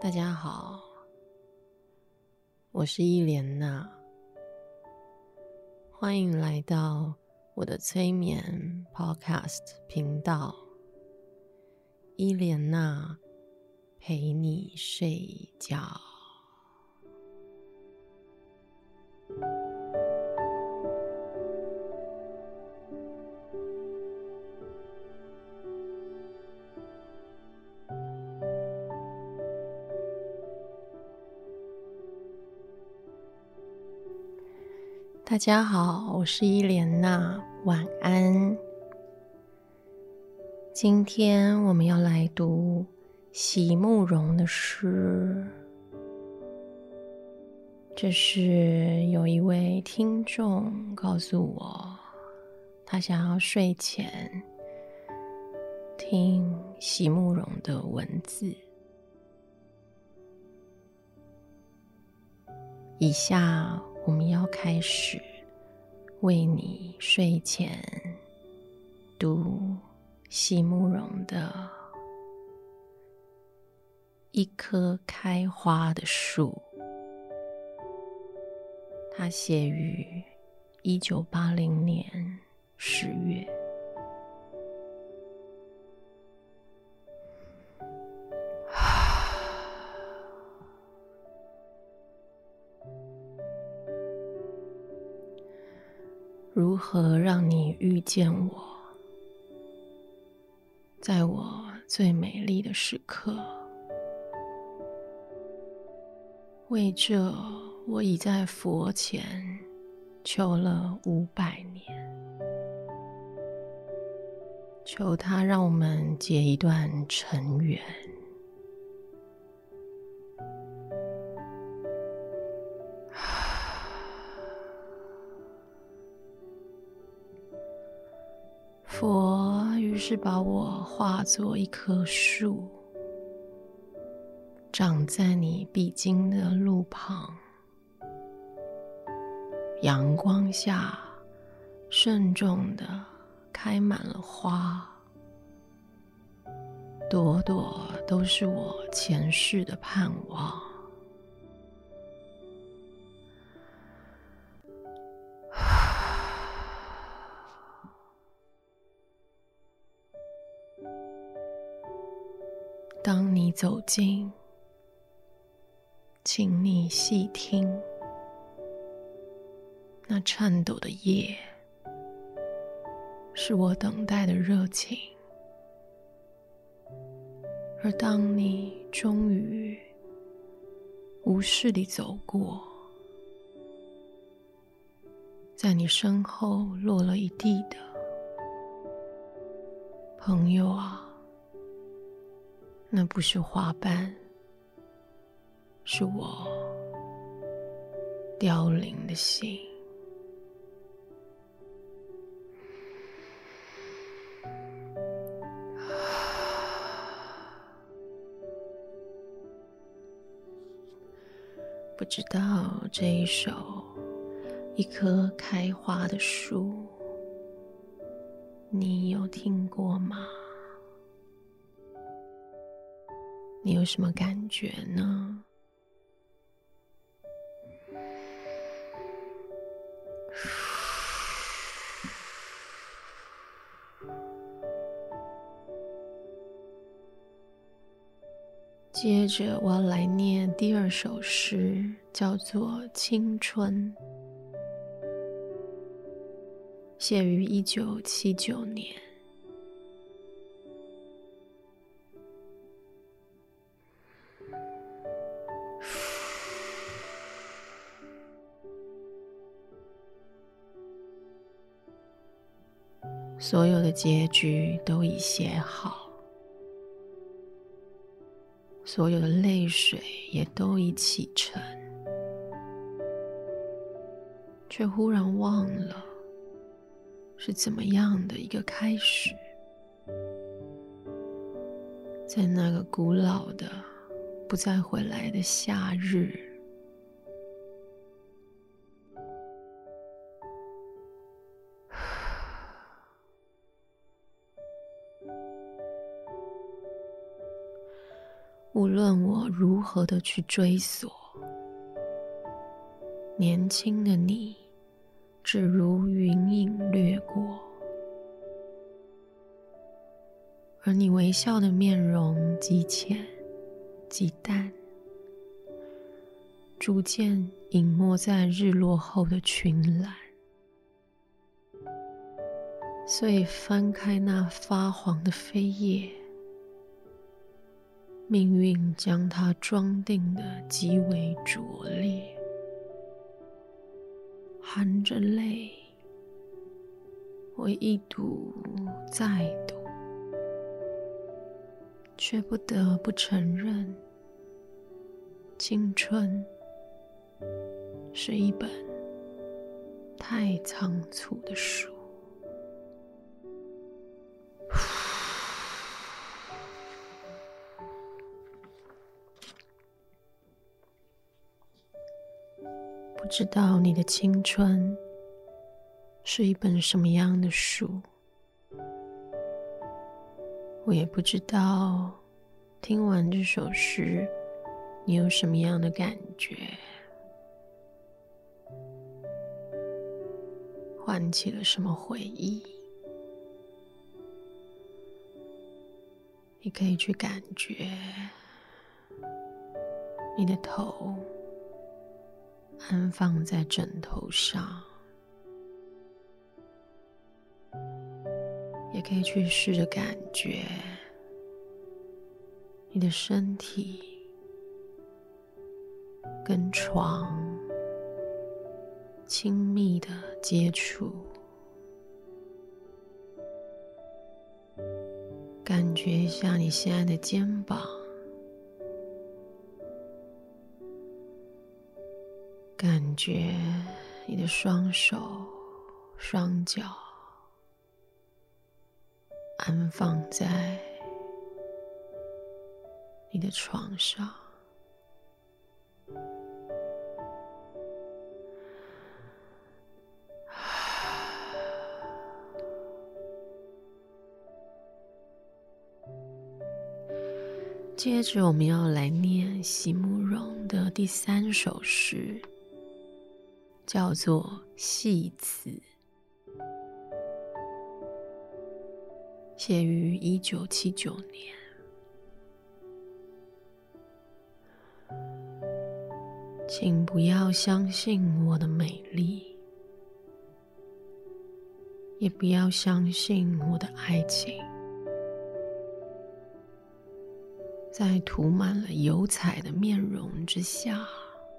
大家好，我是伊莲娜，欢迎来到我的催眠 Podcast 频道，伊莲娜陪你睡觉。大家好，我是伊莲娜，晚安。今天我们要来读席慕容的诗，这是有一位听众告诉我，他想要睡前听席慕容的文字。以下我们要开始为你睡前读席慕容的一棵开花的树，它写于1980年10月。如何让你遇见我，在我最美丽的时刻？为这，我已在佛前求了500年，求他让我们结一段尘缘。佛于是把我化作一棵树，长在你必经的路旁，阳光下慎重地开满了花，朵朵都是我前世的盼望。当你走近，请你细听，那颤抖的叶是我等待的热情，而当你终于无视地走过，在你身后落了一地的朋友啊，那不是花瓣，是我凋零的心。不知道这一首一棵开花的树，你有听过吗？你有什么感觉呢？接着我要来念第2首诗，叫做《青春》，写于1979年。所有的结局都已写好，所有的泪水也都已启程，却忽然忘了是怎么样的一个开始。在那个古老的不再回来的夏日，无论我我如何的去追索。年轻的你只如云影掠过，而你微笑的面容极浅极淡，逐渐隐没在日落后的群岚。所以翻开那发黄的扉页，命运将它装订得极为拙劣，含着泪，我一读再读，却不得不承认，青春是一本太仓促的书。不知道你的青春是一本什么样的书，我也不知道听完这首诗你有什么样的感觉，唤起了什么回忆。你可以去感觉你的头安放在枕头上，也可以去试着感觉你的身体跟床亲密的接触，感觉一下你现在的肩膀，感觉你的双手双脚安放在你的床上，接着我们要来念席慕容的第3首诗，叫做《戏词》，写于1979年。请不要相信我的美丽，也不要相信我的爱情。在涂满了油彩的面容之下，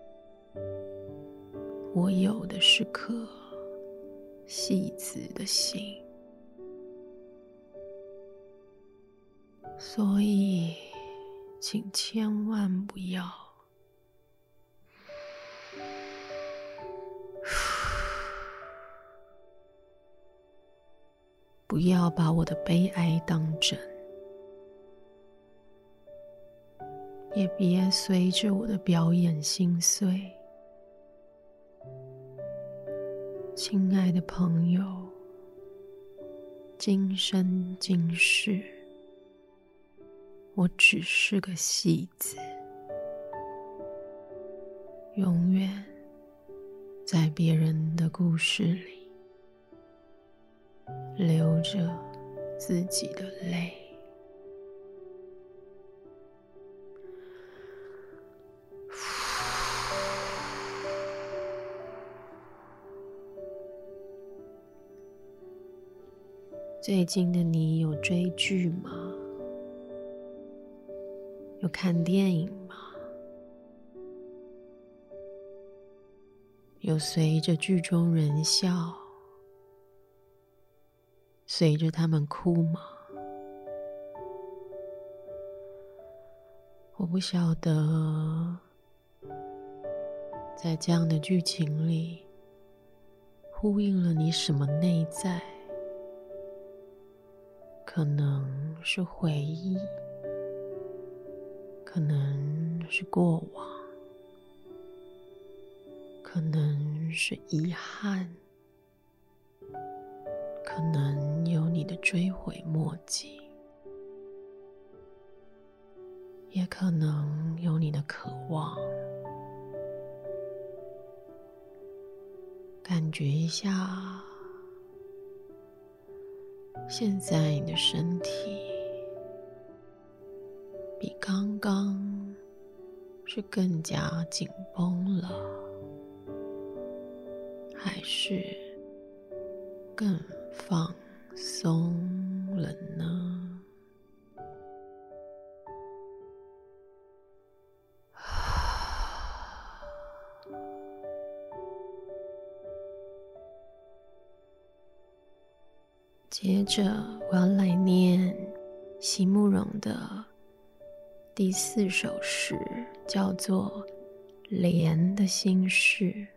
我有的是颗戏子的心。所以请千万不要把我的悲哀当真，也别随着我的表演心碎。亲爱的朋友，今生今世，我只是个戏子，永远在别人的故事里流着自己的泪。最近的你有追剧吗？有看电影吗？有随着剧中人笑，随着他们哭吗？我不晓得在这样的剧情里呼应了你什么内在，可能是回忆，可能是过往，可能是遗憾，可能有你的追悔莫及。 也可能有你的渴望。感觉一下，现在你的身体比刚刚是更加紧绷了，还是更放松了呢？接着我要来念席慕容的第4首诗，叫做莲的心事。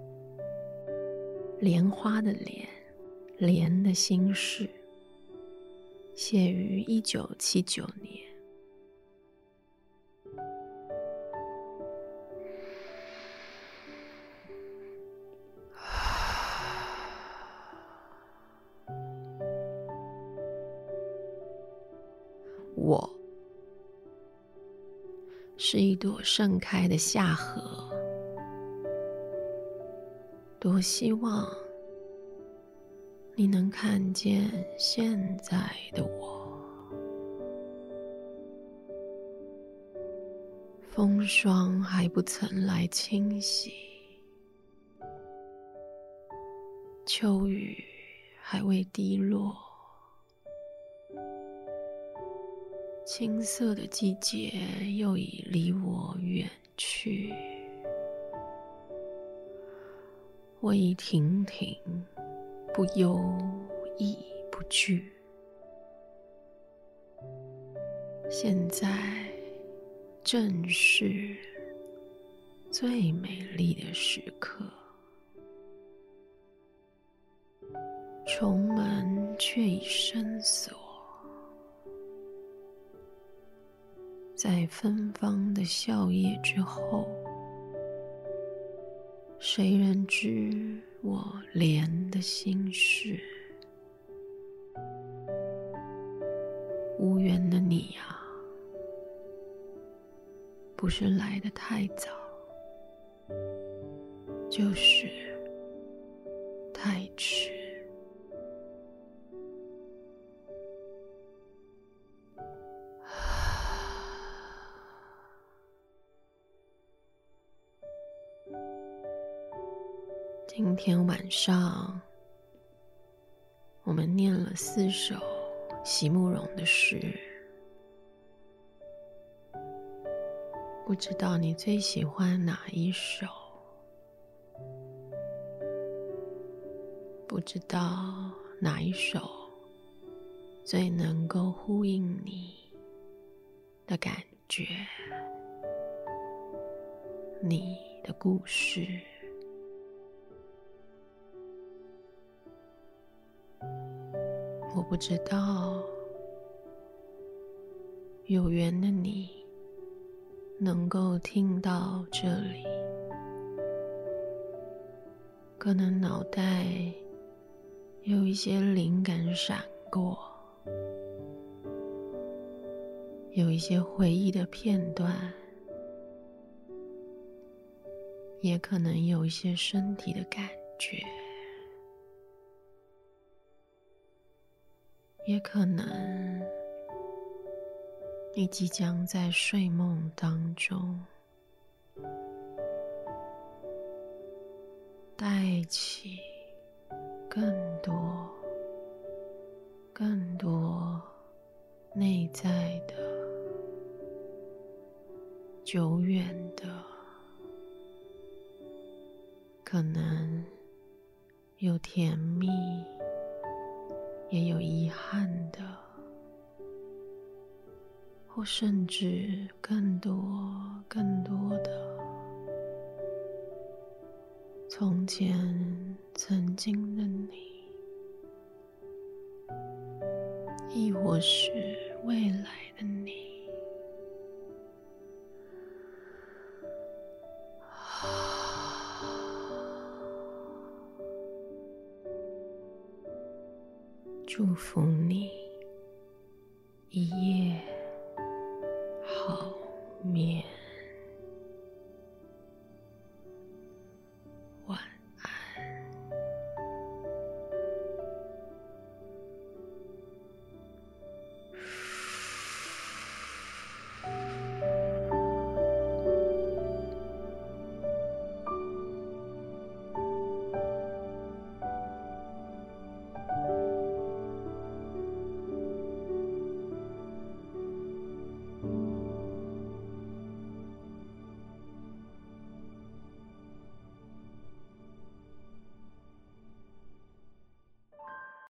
莲花的莲，莲的心事，写于1979年。我是一朵盛开的夏荷，多希望你能看见现在的我。风霜还不曾来侵袭，秋雨还未滴落，青涩的季节又已离我远去。我已亭亭不忧亦不惧，现在正是最美丽的时刻。重门却已深锁，在芬芳的笑靥之后，谁人知我莲的心事？无缘的你啊，不是来得太早，就是太迟。今天晚上我们念了4首席慕容的诗，不知道你最喜欢哪一首？不知道哪一首最能够呼应你的感觉，你的故事。我不知道有缘的你能够听到这里，可能脑袋有一些灵感闪过，有一些回忆的片段，也可能有一些身体的感觉，也可能你即将在睡梦当中带起更多内在的久远的，可能有甜蜜也有遗憾的，或甚至更多的从前曾经的你，亦或是未来的你。祝福你一夜好面。